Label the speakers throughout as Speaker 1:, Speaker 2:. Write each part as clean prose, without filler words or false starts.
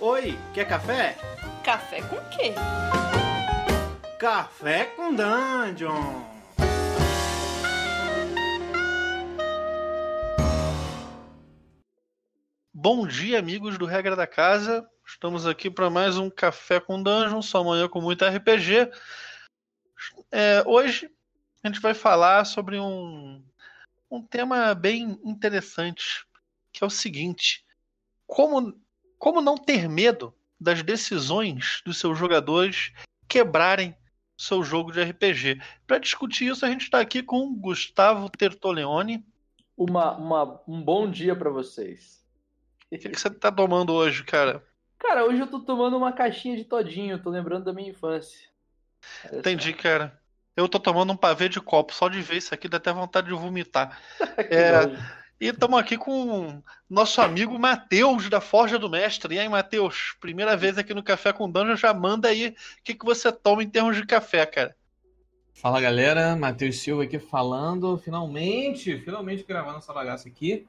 Speaker 1: Oi, quer café?
Speaker 2: Café com quê?
Speaker 1: Café com Dungeon!
Speaker 3: Bom dia, amigos do Regra da Casa. Estamos aqui para mais um Café com Dungeon, sua manhã com muito RPG. Hoje a gente vai falar sobre um tema bem interessante, que é o seguinte: como não ter medo das decisões dos seus jogadores quebrarem seu jogo de RPG. Para discutir isso, a gente está aqui com Gustavo Tertoleone.
Speaker 4: Um bom dia para vocês.
Speaker 3: O que você tá tomando hoje, cara?
Speaker 4: Cara, hoje eu tô tomando uma caixinha de todinho, tô lembrando da minha infância.
Speaker 3: Entendi, cara. Eu tô tomando um pavê de copo, só de ver isso aqui dá até vontade de vomitar. E estamos aqui com nosso amigo Matheus, da Forja do Mestre. E aí, Matheus, primeira vez aqui no Café com Dungeon, já manda aí o que você toma em termos de café, cara.
Speaker 5: Fala, galera, Matheus Silva aqui falando, finalmente gravando essa bagaça aqui.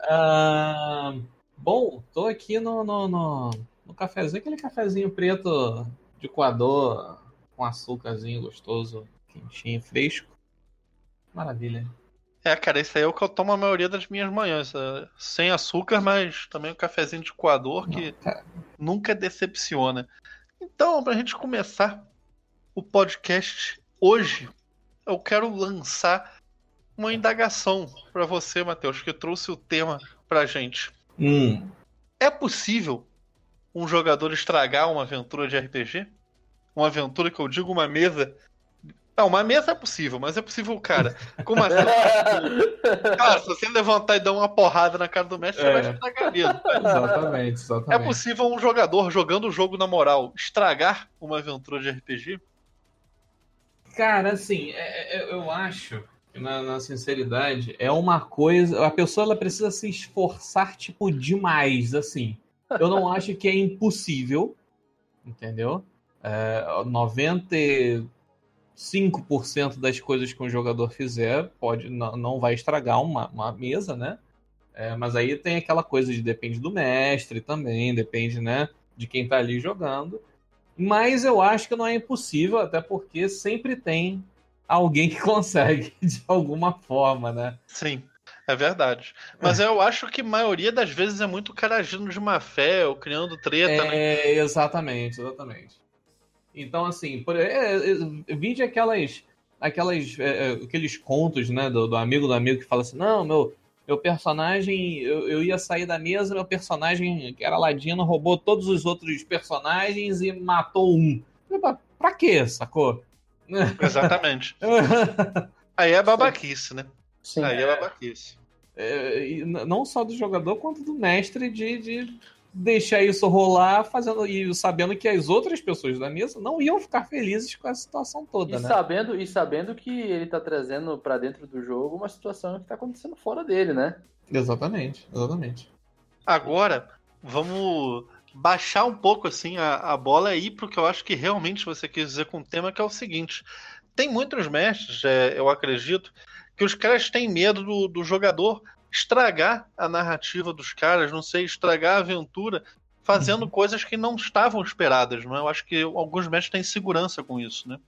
Speaker 5: Bom, tô aqui no cafezinho, aquele cafezinho preto de coador, com açúcarzinho gostoso, quentinho, fresco. Maravilha.
Speaker 3: Cara, esse aí é o que eu tomo a maioria das minhas manhãs. Sem açúcar, mas também um cafezinho de coador que nunca decepciona. Então, pra gente começar o podcast hoje, eu quero lançar uma indagação pra você, Matheus, que trouxe o tema pra gente. É possível um jogador estragar uma aventura de RPG? Uma aventura que eu digo uma mesa... Não, uma mesa é possível, mas é possível, cara. Como assim? Cara, se você levantar e dar uma porrada na cara do mestre, você vai estragar mesmo.
Speaker 5: Exatamente.
Speaker 3: É possível um jogador jogando o jogo na moral estragar uma aventura de RPG?
Speaker 5: Cara, assim, eu acho que na sinceridade é uma coisa... A pessoa ela precisa se esforçar, tipo, demais, assim. Eu não acho que é impossível, entendeu? 95% das coisas que um jogador fizer não vai estragar uma mesa, né? Mas aí tem aquela coisa de depende do mestre também, depende, né, de quem tá ali jogando. Mas eu acho que não é impossível, até porque sempre tem alguém que consegue de alguma forma, né?
Speaker 3: Sim, é verdade. Mas eu acho que a maioria das vezes é muito cara agindo de má fé ou criando treta, né?
Speaker 5: Exatamente. Então, assim, vide aqueles contos, né, do amigo que fala assim, não, meu personagem, eu ia sair da mesa, meu personagem, que era ladino, roubou todos os outros personagens e matou um. Pra quê, sacou?
Speaker 3: Exatamente. Aí é babaquice, né?
Speaker 4: Sim.
Speaker 3: Aí é babaquice.
Speaker 5: Não só do jogador, quanto do mestre de deixar isso rolar, sabendo que as outras pessoas da mesa não iam ficar felizes com a situação toda, né?
Speaker 4: Sabendo que ele tá trazendo pra dentro do jogo uma situação que tá acontecendo fora dele, né?
Speaker 5: Exatamente.
Speaker 3: Agora, vamos baixar um pouco assim a bola aí pro que eu acho que realmente você quis dizer com o tema, que é o seguinte: tem muitos mestres, eu acredito, que os caras têm medo do jogador estragar a narrativa dos caras, não sei, estragar a aventura, fazendo coisas que não estavam esperadas, não é? Eu acho que alguns mestres têm segurança com isso, né?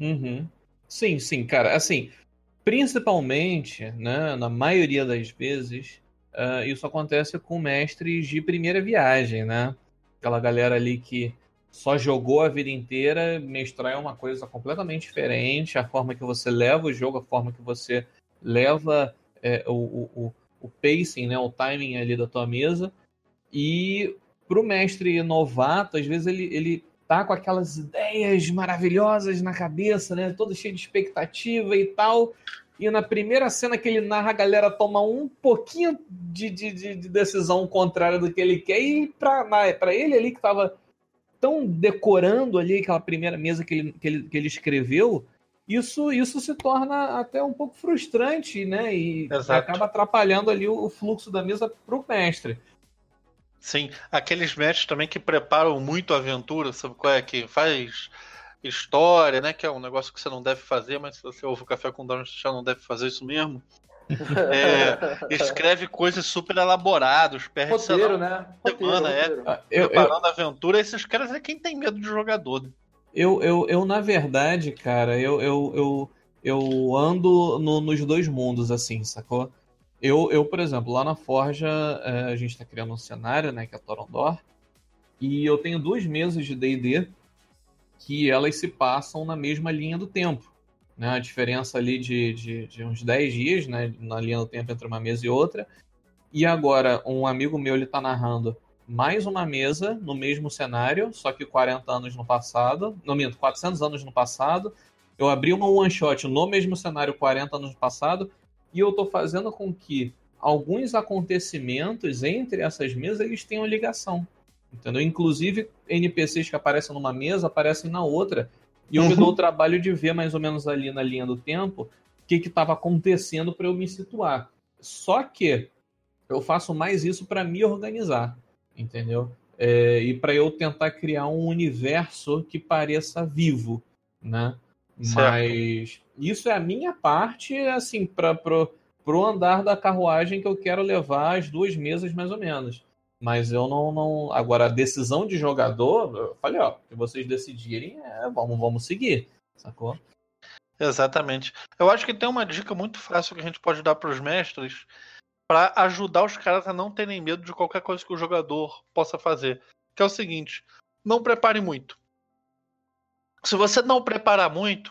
Speaker 5: Sim, cara, assim, principalmente, né, na maioria das vezes, isso acontece com mestres de primeira viagem, né? Aquela galera ali que só jogou a vida inteira, mestrar é uma coisa completamente diferente, a forma que você leva o jogo, a forma que você leva o pacing, né, o timing ali da tua mesa. E pro mestre novato, às vezes ele tá com aquelas ideias maravilhosas na cabeça, né, todo cheio de expectativa e tal, e na primeira cena que ele narra, a galera toma um pouquinho de decisão contrária do que ele quer, e pra ele ali que tava tão decorando ali aquela primeira mesa que ele escreveu, isso se torna até um pouco frustrante, né? E acaba atrapalhando ali o fluxo da mesa pro mestre.
Speaker 3: Sim, aqueles mestres também que preparam muito a aventura, sabe qual é? Que faz história, né? Que é um negócio que você não deve fazer, mas se você ouve o Café com Dungeon, você já não deve fazer isso mesmo. Escreve coisas super elaboradas, perde sei
Speaker 4: Roteiro,
Speaker 3: lá,
Speaker 4: né?
Speaker 3: semana,
Speaker 4: Roteiro.
Speaker 3: preparando a aventura. Esses caras é quem tem medo de jogador. Né?
Speaker 5: Na verdade, cara, eu ando nos dois mundos, assim, sacou? Por exemplo, lá na Forja, a gente tá criando um cenário, né, que é Torondor, e eu tenho 2 mesas de D&D que elas se passam na mesma linha do tempo, né? A diferença ali de uns 10 dias, né, na linha do tempo entre uma mesa e outra. E agora, um amigo meu, ele tá narrando mais uma mesa no mesmo cenário, só que 40 anos no passado. Não minto, 400 anos no passado. Eu abri uma one-shot no mesmo cenário 40 anos no passado. E eu tô fazendo com que alguns acontecimentos entre essas mesas eles tenham ligação. Entendeu? Inclusive, NPCs que aparecem numa mesa aparecem na outra. E eu me dou o trabalho de ver mais ou menos ali na linha do tempo o que estava acontecendo para eu me situar. Só que eu faço mais isso para me organizar, entendeu? E para eu tentar criar um universo que pareça vivo, né?
Speaker 3: Certo.
Speaker 5: Mas isso é a minha parte, assim, para pro andar da carruagem que eu quero levar as 2 mesas mais ou menos. Mas eu não. Agora, a decisão de jogador, eu falei, ó, se vocês decidirem, vamos seguir, sacou?
Speaker 3: Exatamente. Eu acho que tem uma dica muito fácil que a gente pode dar para os mestres para ajudar os caras a não terem medo de qualquer coisa que o jogador possa fazer. Que é o seguinte: não prepare muito. Se você não preparar muito,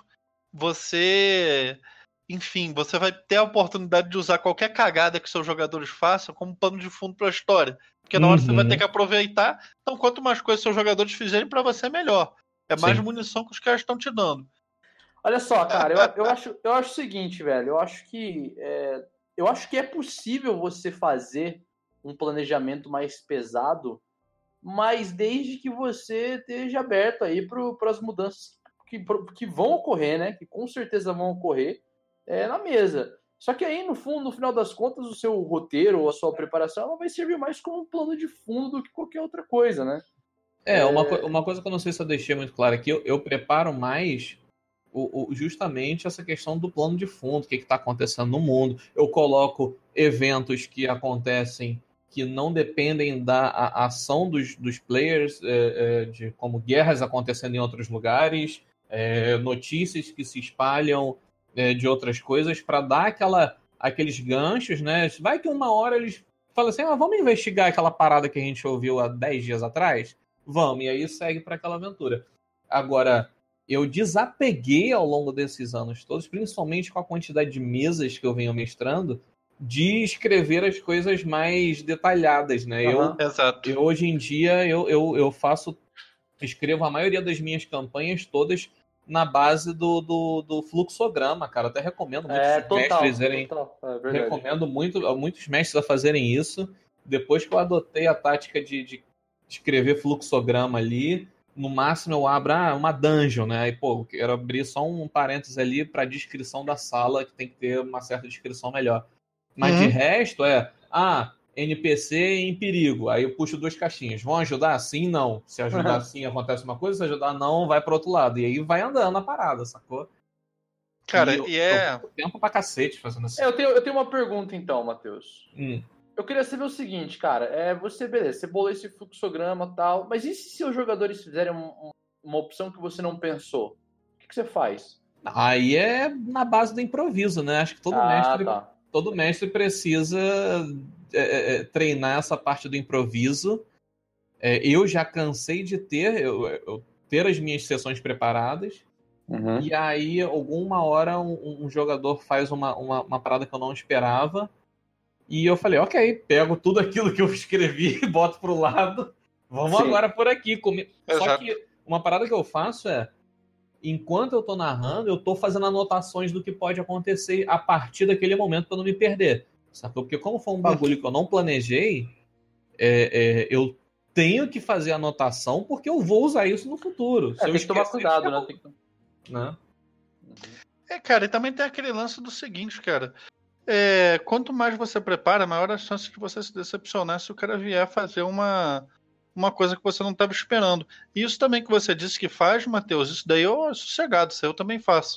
Speaker 3: você vai ter a oportunidade de usar qualquer cagada que seus jogadores façam como pano de fundo para a história. Porque na hora você vai ter que aproveitar. Então, quanto mais coisas seus jogadores fizerem, para você é melhor. É mais munição que os caras estão te dando.
Speaker 4: Olha só, cara, eu acho o seguinte, velho. Eu acho que é possível você fazer um planejamento mais pesado, mas desde que você esteja aberto aí para as mudanças que vão ocorrer, né? Que com certeza vão ocorrer na mesa. Só que aí, no final das contas, o seu roteiro ou a sua preparação ela vai servir mais como um plano de fundo do que qualquer outra coisa, né?
Speaker 5: Uma coisa que eu não sei se eu deixei muito claro aqui, eu preparo mais justamente essa questão do plano de fundo, o que está acontecendo no mundo. Eu coloco eventos que acontecem que não dependem da ação dos players, de como guerras acontecendo em outros lugares, notícias que se espalham de outras coisas, para dar aqueles ganchos, né? Vai que uma hora eles falam assim, vamos investigar aquela parada que a gente ouviu há 10 dias atrás? Vamos, e aí segue para aquela aventura. Agora, eu desapeguei ao longo desses anos todos, principalmente com a quantidade de mesas que eu venho mestrando, de escrever as coisas mais detalhadas, né?
Speaker 3: Exato.
Speaker 5: Eu hoje em dia, escrevo a maioria das minhas campanhas todas na base do fluxograma, cara. Até recomendo muitos mestres a fazerem isso. Depois que eu adotei a tática de escrever fluxograma ali, no máximo eu abro uma dungeon, né? Aí, eu quero abrir só um parênteses ali para descrição da sala, que tem que ter uma certa descrição melhor. Mas de resto NPC em perigo. Aí eu puxo 2 caixinhas. Vão ajudar? Sim, não. Se ajudar sim, acontece uma coisa. Se ajudar não, vai pro outro lado. E aí vai andando a parada, sacou?
Speaker 3: Cara,
Speaker 5: eu tempo pra cacete fazendo assim.
Speaker 4: Eu tenho uma pergunta então, Matheus. Eu queria saber o seguinte, cara. Você bolou esse fluxograma e tal, mas e se seus jogadores fizerem uma opção que você não pensou? O que você faz?
Speaker 5: Aí é na base do improviso, né? Acho que todo mestre precisa treinar essa parte do improviso. Eu já cansei de ter as minhas sessões preparadas. E aí, alguma hora, um jogador faz uma parada que eu não esperava. E eu falei, ok, pego tudo aquilo que eu escrevi e boto pro lado. Vamos agora por aqui. Só que uma parada que eu faço enquanto eu tô narrando, eu tô fazendo anotações do que pode acontecer a partir daquele momento pra eu não me perder. Sacou? Porque como foi um bagulho que eu não planejei, eu tenho que fazer anotação porque eu vou usar isso no futuro.
Speaker 4: Tem que tomar cuidado,
Speaker 5: né?
Speaker 3: Cara, e também tem aquele lance do seguinte, cara. Quanto mais você prepara, maior a chance de você se decepcionar se o cara vier fazer uma coisa que você não estava esperando. E isso também que você disse que faz, Matheus, isso daí é sossegado, isso eu também faço.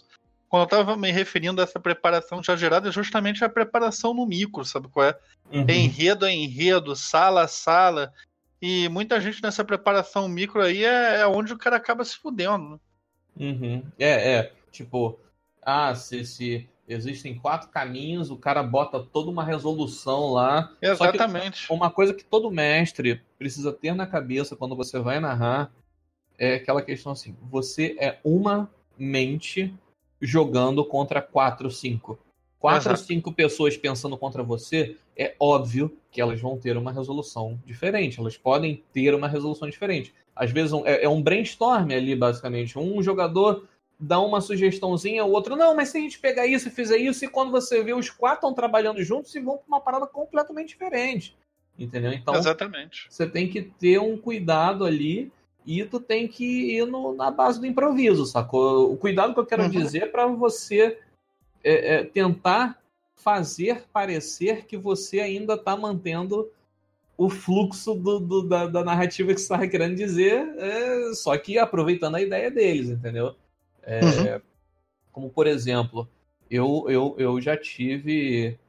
Speaker 3: quando eu tava me referindo a essa preparação já gerada, é justamente a preparação no micro, sabe qual é? Enredo a enredo, sala a sala. E muita gente nessa preparação micro aí é onde o cara acaba se fudendo, né?
Speaker 5: Tipo, se existem 4 caminhos, o cara bota toda uma resolução lá.
Speaker 3: Exatamente.
Speaker 5: Só que uma coisa que todo mestre precisa ter na cabeça quando você vai narrar é aquela questão assim, você é uma mente jogando contra 4, 5. 4 ou 5 pessoas pensando contra você, é óbvio que elas vão ter uma resolução diferente. Elas podem ter uma resolução diferente. Às vezes é um brainstorm ali, basicamente. Um jogador dá uma sugestãozinha, o outro, não, mas se a gente pegar isso e fizer isso, e quando você vê, os 4 estão trabalhando juntos e vão para uma parada completamente diferente. Entendeu? Então,
Speaker 3: exatamente.
Speaker 5: Você tem que ter um cuidado ali e tu tem que ir na base do improviso, sacou? O cuidado que eu quero dizer é para você tentar fazer parecer que você ainda está mantendo o fluxo da narrativa que você estava querendo dizer, só que aproveitando a ideia deles, entendeu? Como, por exemplo, eu já tive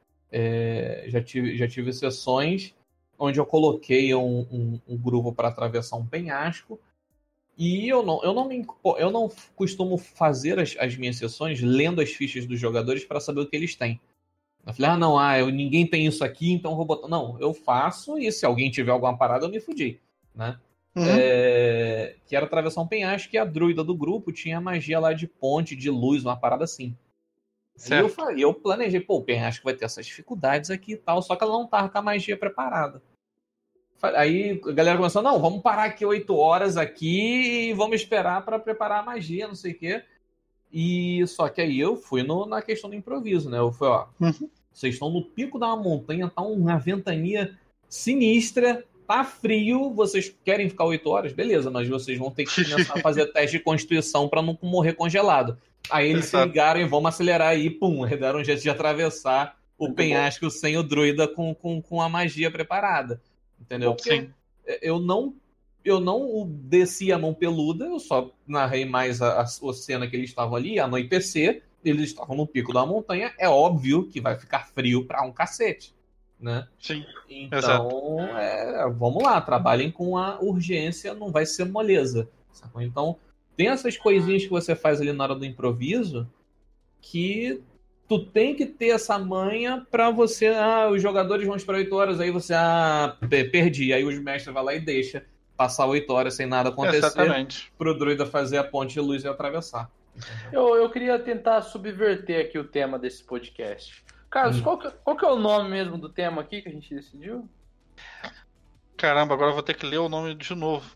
Speaker 5: sessões onde eu coloquei um grupo para atravessar um penhasco e eu não costumo fazer as minhas sessões lendo as fichas dos jogadores para saber o que eles têm. Eu falei, ninguém tem isso aqui, então eu vou botar... Não, eu faço e se alguém tiver alguma parada, eu me fudi, né? Que era atravessar um penhasco e a druida do grupo tinha magia lá de ponte, de luz, uma parada assim. E eu planejei, o penhasco vai ter essas dificuldades aqui e tal, só que ela não tava com a magia preparada. Aí a galera começou, não, vamos parar aqui 8 horas aqui e vamos esperar para preparar a magia, não sei o quê. E só que aí eu fui na questão do improviso, né? Eu fui, vocês estão no pico da montanha, tá uma ventania sinistra, tá frio, vocês querem ficar 8 horas? Beleza, mas vocês vão ter que começar a fazer teste de constituição para não morrer congelado. Aí eles se ligaram e vamos acelerar aí, pum, deram um jeito de atravessar o penhasco sem o druida com a magia preparada. Entendeu?
Speaker 3: Sim.
Speaker 5: Eu não desci a mão peluda, eu só narrei mais a cena que eles estavam ali, anoitecer, eles estavam no pico da montanha, é óbvio que vai ficar frio pra um cacete, né?
Speaker 3: Sim,
Speaker 5: então, vamos lá, trabalhem com a urgência, não vai ser moleza, sacou? Então, tem essas coisinhas que você faz ali na hora do improviso que tu tem que ter essa manha pra você, os jogadores vão esperar 8 horas, aí você, perdi, aí os mestres vão lá e deixa passar 8 horas sem nada acontecer, pro druida fazer a ponte de luz e atravessar.
Speaker 4: Eu queria tentar subverter aqui o tema desse podcast. Carlos, qual que é o nome mesmo do tema aqui que a gente decidiu?
Speaker 3: Caramba, agora eu vou ter que ler o nome de novo.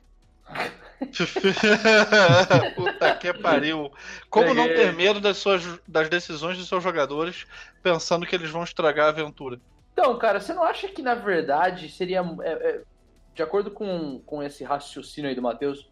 Speaker 3: Puta que pariu. Como não ter medo das decisões dos seus jogadores, pensando que eles vão estragar a aventura?
Speaker 4: Então, cara, você não acha que na verdade seria, de acordo com esse raciocínio aí do Matheus,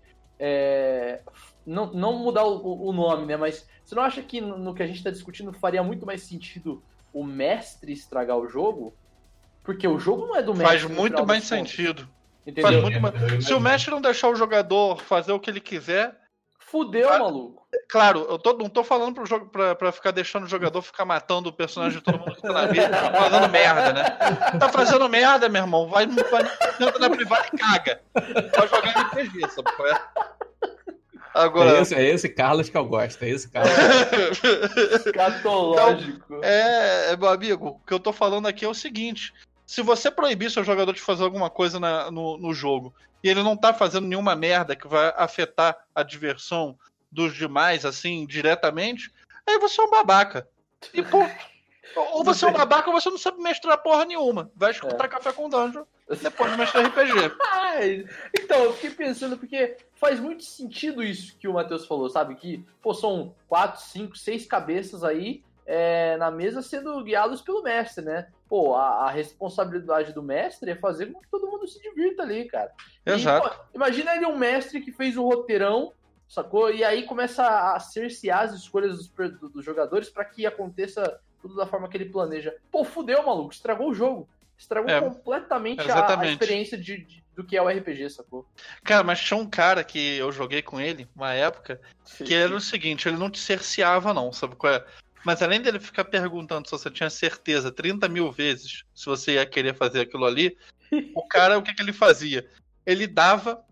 Speaker 4: não mudar o nome, né? Mas você não acha que no que a gente está discutindo faria muito mais sentido o mestre estragar o jogo? Porque o jogo não é do mestre.
Speaker 3: Faz muito mais sentido.
Speaker 4: Entendeu?
Speaker 3: Faz muito mais... Se o mestre não deixar o jogador fazer o que ele quiser...
Speaker 4: Fudeu, maluco.
Speaker 3: Claro, eu não tô falando pra ficar deixando o jogador ficar matando o personagem de todo mundo que tá na mesa, tá fazendo merda, né? Tá fazendo merda, meu irmão. Vai entra na privada e caga. Vai jogar RPG, sabe qual é? Agora...
Speaker 5: É esse Carlos que eu gosto, é esse Carlos.
Speaker 4: Escatológico.
Speaker 3: Então, meu amigo, o que eu tô falando aqui é o seguinte: se você proibir seu jogador de fazer alguma coisa no jogo e ele não tá fazendo nenhuma merda que vai afetar a diversão dos demais, assim, diretamente, aí você é um babaca. E, pô, ou você é um babaca ou você não sabe mestrar porra nenhuma. Vai escutar Café com Dungeon depois de mestrar RPG.
Speaker 4: Então, eu fiquei pensando, porque faz muito sentido isso que o Matheus falou, sabe? Que, pô, são 4, 5, 6 cabeças aí na mesa sendo guiados pelo mestre, né? Pô, a responsabilidade do mestre é fazer com que todo mundo se divirta ali, cara.
Speaker 3: Exato.
Speaker 4: E, pô, imagina ele um mestre que fez o roteirão, sacou? E aí começa a cercear as escolhas dos jogadores para que aconteça tudo da forma que ele planeja. Pô, fudeu, maluco, estragou o jogo. Estragou completamente a
Speaker 3: exatamente.
Speaker 4: experiência do que é o RPG, sacou?
Speaker 3: Cara, mas tinha um cara que eu joguei com ele, uma época, que era o seguinte, ele não te cerceava não, sabe qual é? Mas além dele ficar perguntando se você tinha certeza 30 mil vezes se você ia querer fazer aquilo ali, o cara, o que ele fazia? Ele dava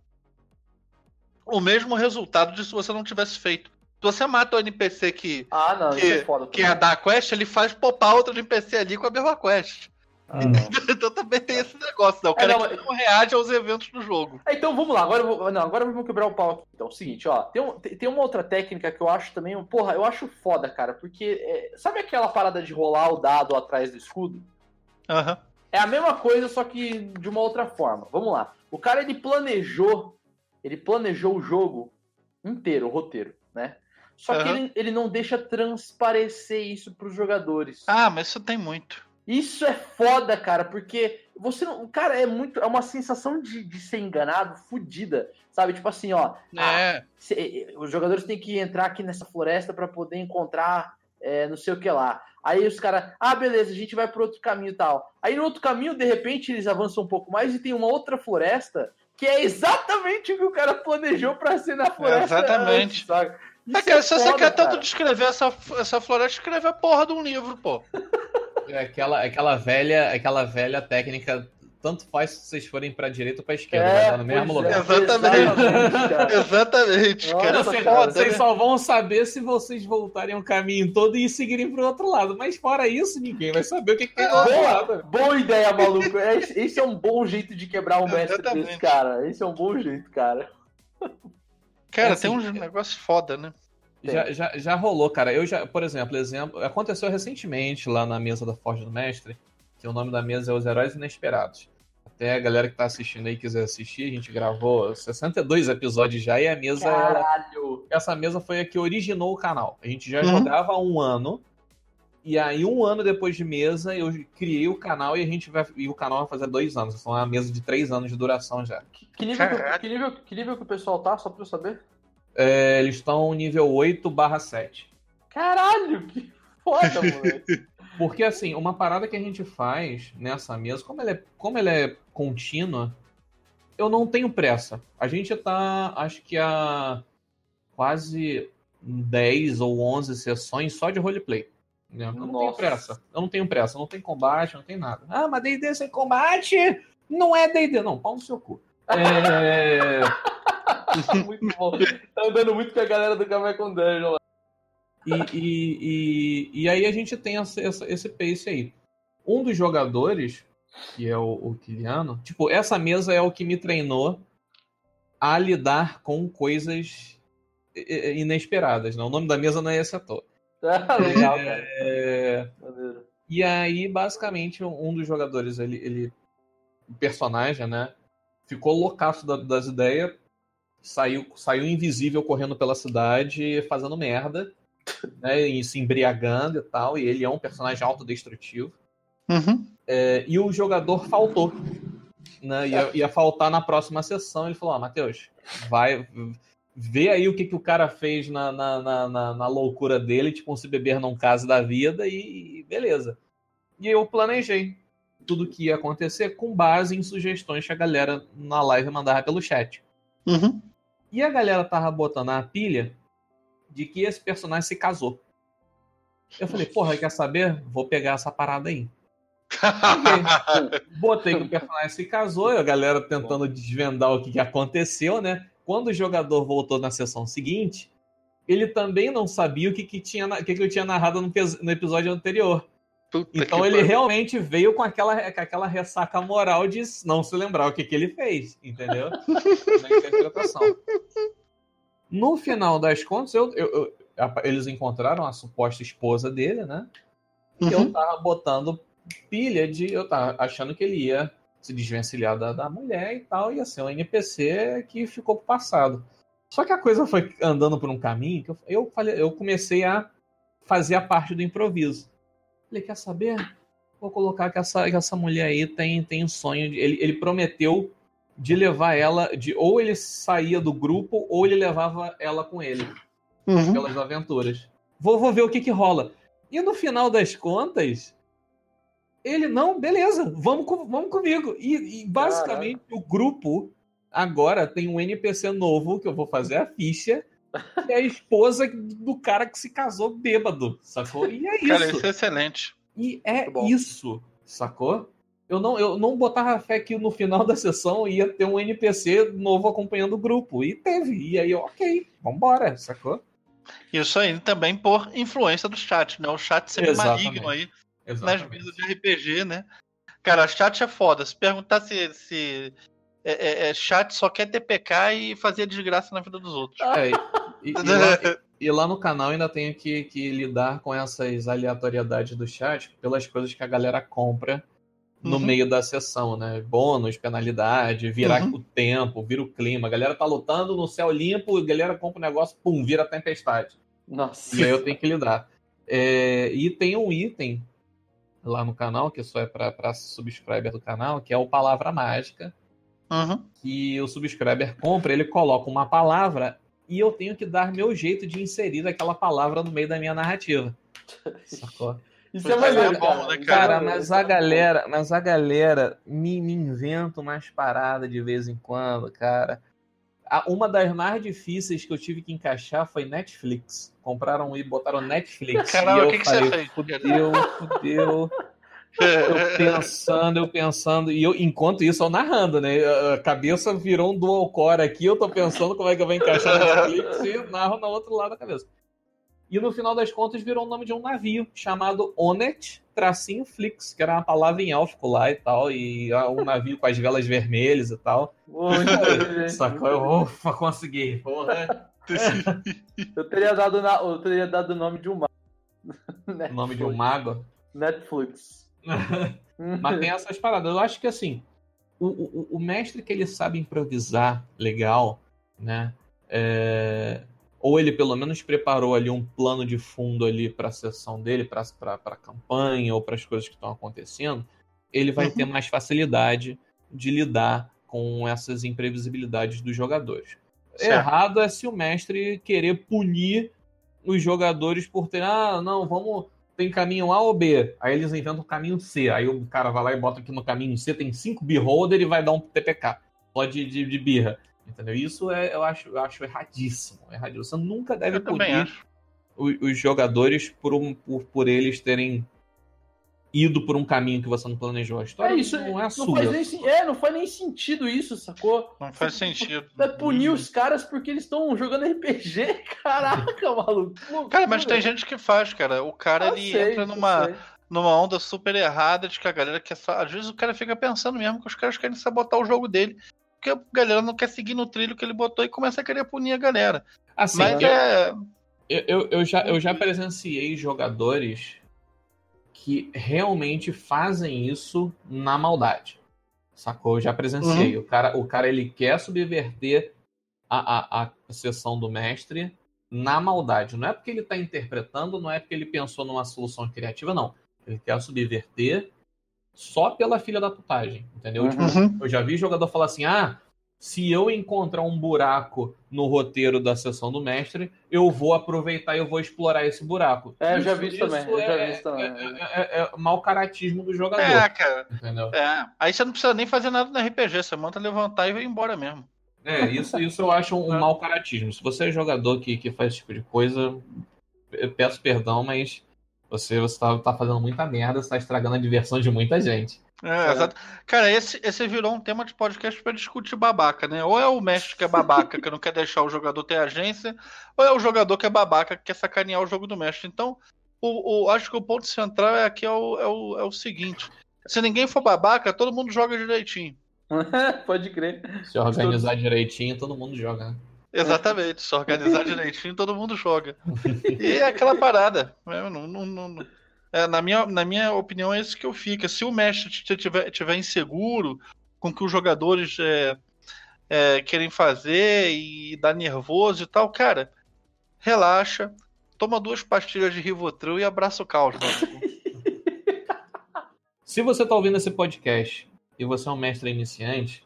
Speaker 3: o mesmo resultado de se você não tivesse feito. Se você mata o NPC que
Speaker 4: isso é foda.
Speaker 3: que é dar a quest, ele faz popar outro NPC ali com a mesma quest. Então também tem esse negócio, né? O cara que não reage aos eventos do jogo.
Speaker 4: Então vamos lá, agora vamos quebrar o pau aqui. Então, é o seguinte, ó, tem uma outra técnica que eu acho também, eu acho foda, cara, porque sabe aquela parada de rolar o dado atrás do escudo?
Speaker 3: Aham.
Speaker 4: É a mesma coisa, só que de uma outra forma. Vamos lá. O cara, ele planejou o jogo inteiro, o roteiro, né? Só que ele não deixa transparecer isso pros jogadores.
Speaker 3: Ah, mas isso tem muito.
Speaker 4: Isso é foda, cara, porque você não. Cara, é uma sensação de ser enganado fodida, sabe? Tipo assim, ó. Os jogadores têm que entrar aqui nessa floresta pra poder encontrar não sei o que lá. Aí os caras, beleza, a gente vai pro outro caminho e tal. Aí no outro caminho, de repente, eles avançam um pouco mais e tem uma outra floresta que é exatamente o que o cara planejou pra ser na floresta.
Speaker 3: Exatamente.
Speaker 4: Antes,
Speaker 3: cara, se você quer tanto descrever essa floresta, escreve a porra de um livro, pô.
Speaker 5: Aquela velha técnica, tanto faz se vocês forem pra direita ou pra esquerda, vai dar no mesmo lugar.
Speaker 3: Exatamente.
Speaker 5: Cara, vocês só vão saber se vocês voltarem o caminho todo e seguirem pro outro lado. Mas fora isso, ninguém vai saber o que tem do outro lado.
Speaker 4: Boa ideia, maluco. Esse é um bom jeito de quebrar um mestre desse, cara. Esse é um bom jeito, cara.
Speaker 3: Cara, tem um negócio foda, né?
Speaker 5: Já rolou, cara. Por exemplo, aconteceu recentemente lá na mesa da Forja do Mestre, que o nome da mesa é Os Heróis Inesperados. Até a galera que tá assistindo aí quiser assistir, a gente gravou 62 episódios já, e a mesa... Essa mesa foi a que originou o canal. A gente já jogava há um ano, e aí 1 ano depois de mesa, eu criei o canal e o canal vai fazer 2 anos. Então é uma mesa de 3 anos de duração já.
Speaker 4: Que nível que o pessoal tá, só pra eu saber?
Speaker 5: Eles estão nível 8/7.
Speaker 4: Caralho, que foda, moleque.
Speaker 5: Porque, assim, uma parada que a gente faz nessa mesa, como ela é contínua, eu não tenho pressa. A gente tá, acho que há quase 10 ou 11 sessões só de roleplay. Né? Eu não tenho pressa. Não tem combate, não tem nada. Mas D&D sem combate não é D&D. Não, pau no seu cu.
Speaker 4: Muito bom. Tá andando muito com a galera do Café com Dungeon lá.
Speaker 5: E aí a gente tem esse pace aí. Um dos jogadores, que é o Kiliano, tipo, essa mesa é o que me treinou a lidar com coisas inesperadas. Né? O nome da mesa não é esse à toa.
Speaker 4: Legal, cara.
Speaker 5: E aí, basicamente, um dos jogadores, o personagem, né, ficou loucaço das ideias, saiu invisível correndo pela cidade, fazendo merda, né, e se embriagando e tal, e ele é um personagem autodestrutivo. E o jogador faltou, né, ia faltar na próxima sessão. Ele falou, Matheus, vai ver aí o que o cara fez na loucura dele, tipo, se beber num caso da vida, e beleza. E eu planejei tudo que ia acontecer com base em sugestões que a galera na live mandava pelo chat. E a galera tava botando a pilha de que esse personagem se casou. Eu falei, porra, quer saber? Vou pegar essa parada aí. Botei que o personagem se casou, e a galera tentando desvendar o que aconteceu, né? Quando o jogador voltou na sessão seguinte, ele também não sabia o que eu tinha narrado no episódio anterior. Então ele realmente veio com aquela ressaca moral de não se lembrar o que ele fez, entendeu? Na interpretação. No final das contas, eles encontraram a suposta esposa dele, né? E eu tava botando pilha eu tava achando que ele ia se desvencilhar da mulher e tal, ia ser um NPC que ficou pro passado. Só que a coisa foi andando por um caminho que eu comecei a fazer a parte do improviso. Falei, quer saber? Vou colocar que essa mulher aí tem um sonho. Ele prometeu de levar ela, ou ele saía do grupo, ou ele levava ela com ele. Pelas aventuras. Vou ver o que rola. E no final das contas, Ele, não, beleza, vamos comigo. E basicamente o grupo agora tem um NPC novo que eu vou fazer a ficha, que é a esposa do cara que se casou bêbado, sacou? E é isso.
Speaker 3: Cara, isso é excelente.
Speaker 5: E é isso, sacou? Eu não botava fé que no final da sessão ia ter um NPC novo acompanhando o grupo. E teve. E aí, ok, vambora, sacou?
Speaker 3: Isso aí também por influência do chat, né? O chat sempre maligno aí nas mesas de RPG, né? Cara, chat é foda. Se perguntar se chat só quer TPK e fazer desgraça na vida dos outros.
Speaker 5: E lá no canal ainda tenho que lidar com essas aleatoriedades do chat pelas coisas que a galera compra no meio da sessão, né? Bônus, penalidade, virar o tempo, vira o clima. A galera tá lutando no céu limpo, a galera compra um negócio, pum, vira tempestade.
Speaker 4: Nossa.
Speaker 5: E aí eu tenho que lidar. E tem um item lá no canal, que só é pra subscriber do canal, que é o Palavra Mágica. Que o subscriber compra, ele coloca uma palavra e eu tenho que dar meu jeito de inserir aquela palavra no meio da minha narrativa. Sacou?
Speaker 4: Isso é maneiro,
Speaker 3: bom, né,
Speaker 5: cara? Mas a galera me inventa umas paradas de vez em quando, cara. Uma das mais difíceis que eu tive que encaixar foi Netflix. Compraram e botaram Netflix.
Speaker 3: Caramba,
Speaker 5: e eu falei,
Speaker 3: fez?
Speaker 5: Fudeu. Eu pensando, e enquanto isso eu narrando, né? A cabeça virou um dual core aqui, eu tô pensando como é que eu vou encaixar Netflix e narro no outro lado da cabeça. E no final das contas virou o nome de um navio chamado Onet-Flix, que era uma palavra em élfico lá e tal, e um navio com as velas vermelhas e tal. Sacou? Ufa, consegui. Porra.
Speaker 4: Eu teria dado o nome de um mago.
Speaker 5: O nome de um mago?
Speaker 4: Netflix.
Speaker 5: Mas tem essas paradas. Eu acho que assim, o mestre que ele sabe improvisar legal, né? Ou ele pelo menos preparou ali um plano de fundo ali para a sessão dele, para a campanha ou para as coisas que estão acontecendo, ele vai ter mais facilidade de lidar com essas imprevisibilidades dos jogadores. Certo. Errado é se o mestre querer punir os jogadores por ter, tem caminho A ou B, aí eles inventam o caminho C, aí o cara vai lá e bota aqui no caminho C, tem 5 beholder e vai dar um TPK, pode de birra. Entendeu? Isso eu acho erradíssimo. Você nunca deve punir os jogadores por eles terem ido por um caminho que você não planejou. A história não é sua.
Speaker 4: Não faz nem sentido isso, sacou?
Speaker 3: Não faz sentido.
Speaker 4: Vai punir os caras porque eles estão jogando RPG? Caraca, maluco.
Speaker 3: Cara, mas tem gente que faz, cara. O cara entra numa onda super errada de que a galera quer só... Às vezes o cara fica pensando mesmo que os caras querem sabotar o jogo dele. Porque a galera não quer seguir no trilho que ele botou e começa a querer punir a galera.
Speaker 5: Assim, mas eu já presenciei jogadores que realmente fazem isso na maldade. Sacou? Eu já presenciei. O cara ele quer subverter a sessão do mestre na maldade. Não é porque ele está interpretando, não é porque ele pensou numa solução criativa, não. Ele quer subverter só pela filha da putagem, entendeu? Eu já vi jogador falar assim, se eu encontrar um buraco no roteiro da sessão do mestre, eu vou aproveitar e eu vou explorar esse buraco.
Speaker 4: Eu já vi isso também.
Speaker 5: É mau caratismo do jogador.
Speaker 3: Cara.
Speaker 5: Entendeu?
Speaker 3: Aí você não precisa nem fazer nada no RPG, você monta, levantar e vai embora mesmo.
Speaker 5: Isso eu acho um mau caratismo. Se você é jogador que faz esse tipo de coisa, eu peço perdão, mas você tá fazendo muita merda, você tá estragando a diversão de muita gente.
Speaker 3: Exato. Cara, esse virou um tema de podcast pra discutir babaca, né? Ou é o mestre que é babaca, que não quer deixar o jogador ter agência, ou é o jogador que é babaca, que quer sacanear o jogo do mestre. Então, acho que o ponto central aqui é o seguinte: se ninguém for babaca, todo mundo joga direitinho.
Speaker 4: Pode crer.
Speaker 5: Se organizar direitinho, todo mundo joga, né?
Speaker 3: Exatamente, se organizar direitinho, todo mundo joga. E é aquela parada. Na minha opinião, é isso que eu fico. Se o mestre tiver inseguro com o que os jogadores querem fazer e dá nervoso e tal, cara, relaxa, toma 2 pastilhas de Rivotril e abraça o caos, mano.
Speaker 5: Se você tá ouvindo esse podcast e você é um mestre iniciante,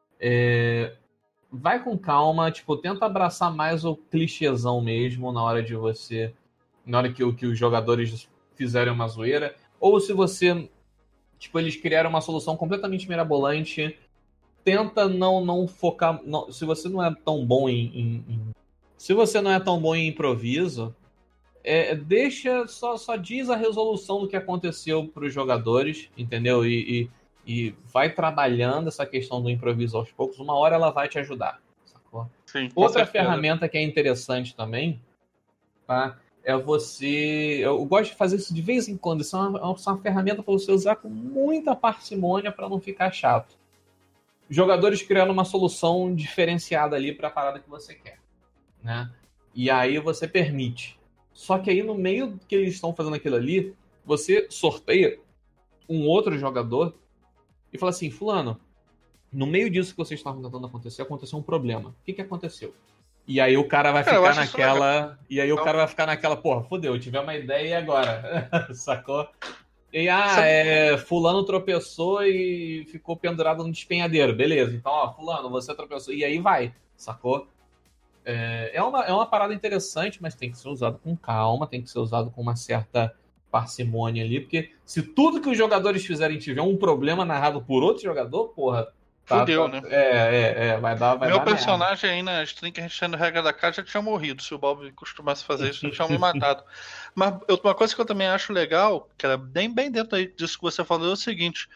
Speaker 5: vai com calma, tenta abraçar mais o clichêzão mesmo na hora que os jogadores fizerem uma zoeira, ou se você Tipo, eles criaram uma solução completamente mirabolante. Tenta não focar... se você não é tão bom se você não é tão bom em improviso, deixa... Só diz a resolução do que aconteceu para os jogadores, entendeu? E vai trabalhando essa questão do improviso aos poucos. Uma hora ela vai te ajudar, sacou?
Speaker 3: Sim,
Speaker 5: Outra ferramenta que é interessante também, tá? É você... Eu gosto de fazer isso de vez em quando. Isso é uma ferramenta para você usar com muita parcimônia para não ficar chato. Jogadores criando uma solução diferenciada ali para a parada que você quer, né? E aí você permite. Só que aí no meio que eles estão fazendo aquilo ali, você sorteia um outro jogador e fala assim, fulano, no meio disso que vocês estavam tentando acontecer, aconteceu um problema. O que aconteceu? E aí o cara vai ficar naquela... E aí o cara vai ficar naquela, porra, fodeu, tive uma ideia e agora? Sacou? E fulano tropeçou e ficou pendurado no despenhadeiro. Beleza, então, ó, fulano, você tropeçou. E aí vai, sacou? É uma parada interessante, mas tem que ser usado com calma, tem que ser usado com uma certa parcimônia ali, porque se tudo que os jogadores fizerem tiver um problema narrado por outro jogador, porra...
Speaker 3: Fudeu, né?
Speaker 5: Vai dar
Speaker 3: Meu
Speaker 5: dar
Speaker 3: personagem aí na stream que a gente tem no Regra da Casa já tinha morrido. Se o Bob costumasse fazer isso, já tinha me matado. Mas uma coisa que eu também acho legal, que era bem dentro aí disso que você falou, é o seguinte.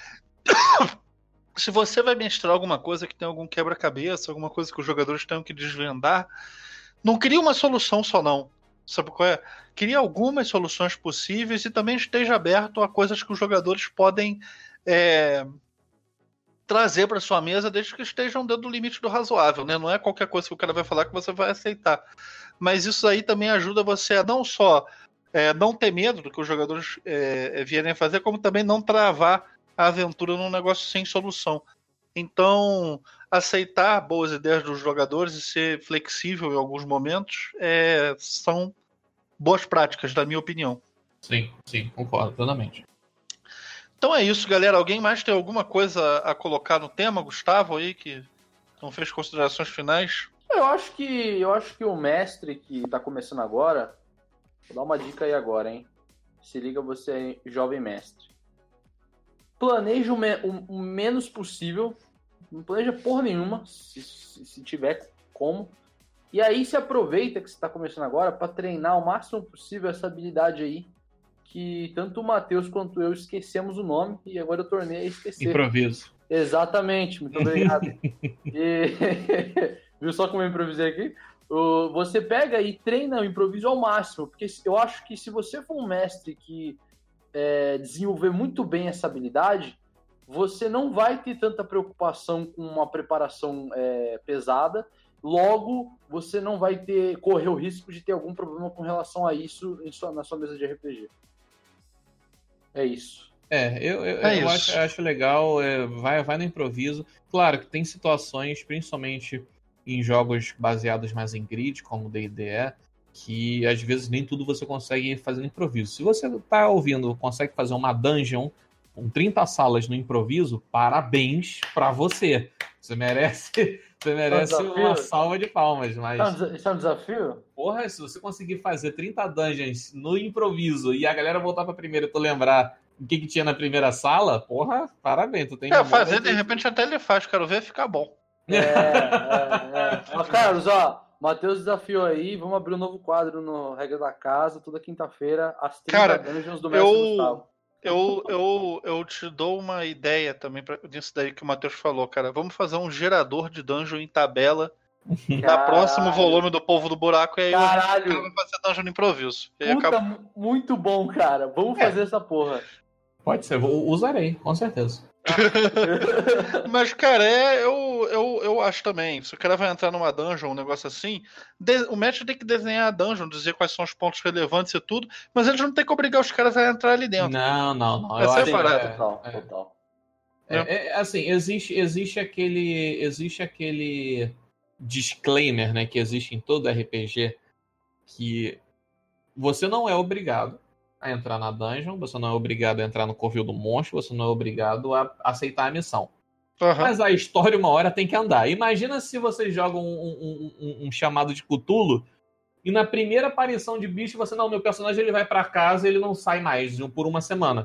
Speaker 3: Se você vai mestrar alguma coisa que tem algum quebra-cabeça, alguma coisa que os jogadores tenham que desvendar, não cria uma solução só não. Sabe qual é? Cria algumas soluções possíveis e também esteja aberto a coisas que os jogadores podem... trazer para sua mesa desde que estejam dentro do limite do razoável, né? Não é qualquer coisa que o cara vai falar que você vai aceitar. Mas isso aí também ajuda você a não só não ter medo do que os jogadores vierem fazer, como também não travar a aventura num negócio sem solução. Então, aceitar boas ideias dos jogadores e ser flexível em alguns momentos são boas práticas, na minha opinião.
Speaker 5: Sim, concordo plenamente.
Speaker 3: Então é isso, galera. Alguém mais tem alguma coisa a colocar no tema? Gustavo aí, que não fez considerações finais?
Speaker 4: Eu acho que o mestre que tá começando agora, vou dar uma dica aí agora, hein? Se liga você, jovem mestre. Planeja o menos possível. Não planeja porra nenhuma, se tiver como. E aí se aproveita que você tá começando agora para treinar o máximo possível essa habilidade aí, que tanto o Matheus quanto eu esquecemos o nome e agora eu tornei a esquecer.
Speaker 5: Improviso.
Speaker 4: Exatamente, muito obrigado. Viu só como eu improvisei aqui? Você pega e treina o improviso ao máximo, porque eu acho que se você for um mestre que desenvolver muito bem essa habilidade, você não vai ter tanta preocupação com uma preparação pesada, logo você não vai correr o risco de ter algum problema com relação a isso na sua mesa de RPG. É isso.
Speaker 5: Eu acho legal, vai no improviso. Claro que tem situações, principalmente em jogos baseados mais em grid, como o D&D que às vezes nem tudo você consegue fazer no improviso. Se você tá ouvindo, consegue fazer uma dungeon com 30 salas no improviso, parabéns pra você. Você merece uma salva de palmas. Mas...
Speaker 4: Isso é um desafio?
Speaker 5: Porra, se você conseguir fazer 30 dungeons no improviso e a galera voltar pra primeira e tu lembrar o que tinha na primeira sala, porra, parabéns. Tu tem
Speaker 3: fazer, de repente até ele faz, quero ver, fica bom.
Speaker 4: Carlos, Matheus desafiou aí, vamos abrir um novo quadro no Regra da Casa, toda quinta-feira, às 30 dungeons do Mestre Gustavo.
Speaker 3: Eu te dou uma ideia também disso daí que o Matheus falou, cara. Vamos fazer um gerador de dungeon em tabela na próximo volume do Povo do Buraco e aí
Speaker 4: Caralho.
Speaker 3: vai fazer dungeon no improviso.
Speaker 4: Muito bom, cara. Vamos fazer essa porra.
Speaker 5: Pode ser, usarei, com certeza.
Speaker 3: Mas, cara, eu acho também. Se o cara vai entrar numa dungeon, um negócio assim, o mestre tem que desenhar a dungeon, dizer quais são os pontos relevantes e tudo, mas eles não tem que obrigar os caras a entrar ali dentro.
Speaker 5: Não.
Speaker 3: É separado.
Speaker 4: Total.
Speaker 5: Assim, existe aquele disclaimer, né, que existe em todo RPG, que você não é obrigado a entrar na dungeon, você não é obrigado a entrar no covil do monstro, você não é obrigado a aceitar a missão. Uhum. Mas a história uma hora tem que andar. Imagina se vocês jogam um chamado de Cthulhu e na primeira aparição de bicho você, não, meu personagem ele vai pra casa e ele não sai mais por uma semana.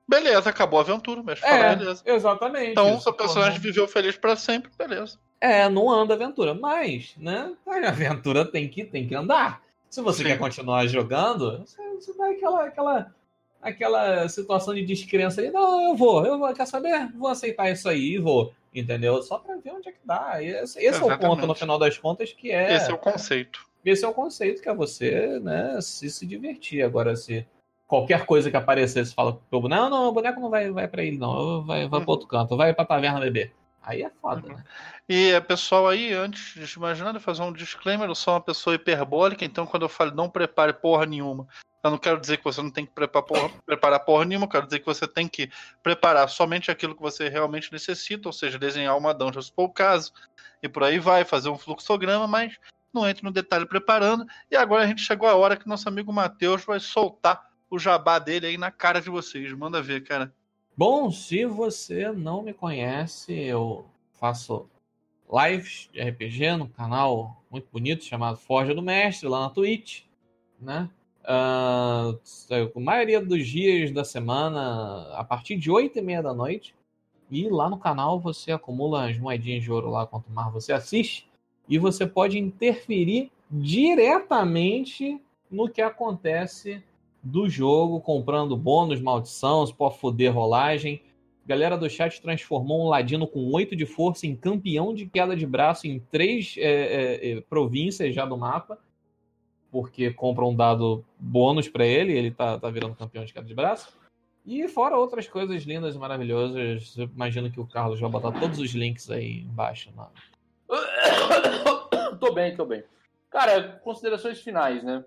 Speaker 3: beleza, acabou a aventura, mas beleza.
Speaker 5: Exatamente.
Speaker 3: Então, seu personagem viveu feliz pra sempre, beleza.
Speaker 5: Não anda a aventura, mas, né, a aventura tem que andar. Se você quer continuar jogando, você vai aquela situação de descrença ali, não, eu vou, quer saber? Vou aceitar isso aí e vou, entendeu? Só pra ver onde é que dá. Esse é o ponto, no final das contas, que é...
Speaker 3: Esse é o conceito.
Speaker 5: Esse é o conceito, que é você, né, se divertir. Agora, se qualquer coisa que aparecer, você fala pro boneco, não, o boneco não vai pra ele, não, vai pro outro canto, vai pra taverna beber. Aí é foda, né?
Speaker 3: E, pessoal, aí, antes de mais nada, fazer um disclaimer, eu sou uma pessoa hiperbólica, então quando eu falo não prepare porra nenhuma, eu não quero dizer que você não tem que preparar porra nenhuma, eu quero dizer que você tem que preparar somente aquilo que você realmente necessita, ou seja, desenhar uma dungeon, se for o caso, e por aí vai, fazer um fluxograma, mas não entre no detalhe preparando. E agora a gente chegou a hora que nosso amigo Matheus vai soltar o jabá dele aí na cara de vocês. Manda ver, cara.
Speaker 5: Bom, se você não me conhece, eu faço lives de RPG no canal muito bonito chamado Forja do Mestre, lá na Twitch, né? A maioria dos dias da semana, a partir de 8h30 da noite. E lá no canal você acumula as moedinhas de ouro lá, quanto mais você assiste. E você pode interferir diretamente no que acontece do jogo, comprando bônus, maldição, se pode foder rolagem. A galera do chat transformou um ladino com 8 de força em campeão de queda de braço em 3 províncias já do mapa, porque compra um dado bônus pra ele tá virando campeão de queda de braço. E fora outras coisas lindas e maravilhosas. Eu imagino que o Carlos vai botar todos os links aí embaixo.
Speaker 4: Tô bem. Cara, considerações finais, né?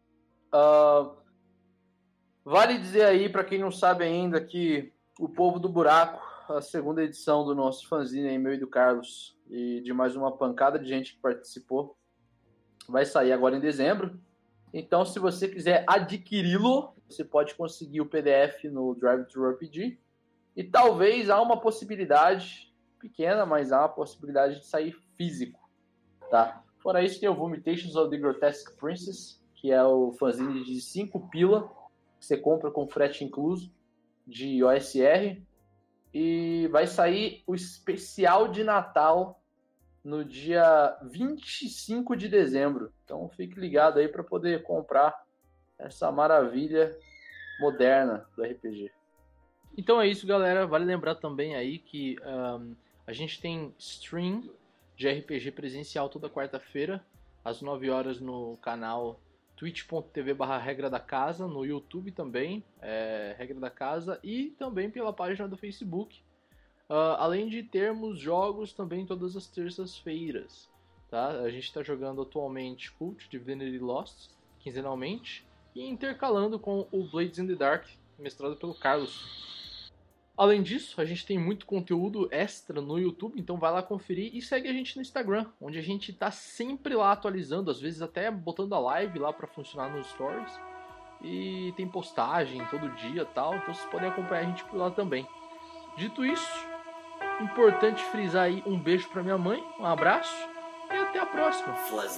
Speaker 4: Vale dizer aí, pra quem não sabe ainda, que o Povo do Buraco, a segunda edição do nosso fanzine aí, meu e do Carlos, e de mais uma pancada de gente que participou, vai sair agora em dezembro. Então, se você quiser adquiri-lo, você pode conseguir o PDF no Drive-Thru RPG. E talvez há uma possibilidade, pequena, mas há uma possibilidade de sair físico, tá? Fora isso, tem o Vomitations of the Grotesque Princess, que é o fanzine de 5 pila, que você compra com frete incluso, de OSR. E vai sair o especial de Natal no dia 25 de dezembro. Então fique ligado aí para poder comprar essa maravilha moderna do RPG.
Speaker 2: Então é isso, galera. Vale lembrar também aí que a gente tem stream de RPG presencial toda quarta-feira, às 9 horas no canal twitch.tv/Regra da Casa, no YouTube também, Regra da Casa, e também pela página do Facebook. Além de termos jogos também todas as terças-feiras, tá? A gente está jogando atualmente Cult Divinity Lost, quinzenalmente, e intercalando com o Blades in the Dark, mestrado pelo Carlos. Além disso, a gente tem muito conteúdo extra no YouTube, então vai lá conferir e segue a gente no Instagram, onde a gente tá sempre lá atualizando, às vezes até botando a live lá para funcionar nos stories. E tem postagem todo dia e tal, então vocês podem acompanhar a gente por lá também. Dito isso, importante frisar aí um beijo pra minha mãe, um abraço e até a próxima.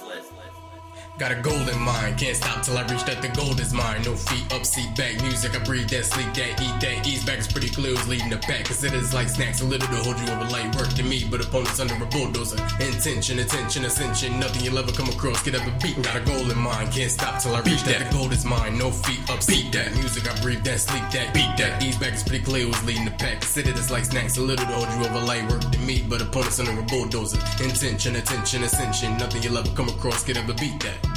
Speaker 6: Got a goal in mind, can't stop till I reach that the gold is mine. No feet up, seat back, music, I breathe that, sleep that, eat that. Ease back is pretty clear, was leading the pack. Considers like snacks, a little to hold you over light work to me, but opponents under a bulldozer. Intention, attention, ascension, nothing you'll ever come across, get up a beat. Got a goal in mind, can't stop till I reach that. The gold is mine, no feet up, seat that. Music, I breathe that, sleep that, beat that. Ease back is pretty clear, was leading the pack. Considers like snacks, a little to hold you over light work to me, but opponents under a bulldozer. Intention, attention, ascension, nothing you'll ever come across, get up a beat that.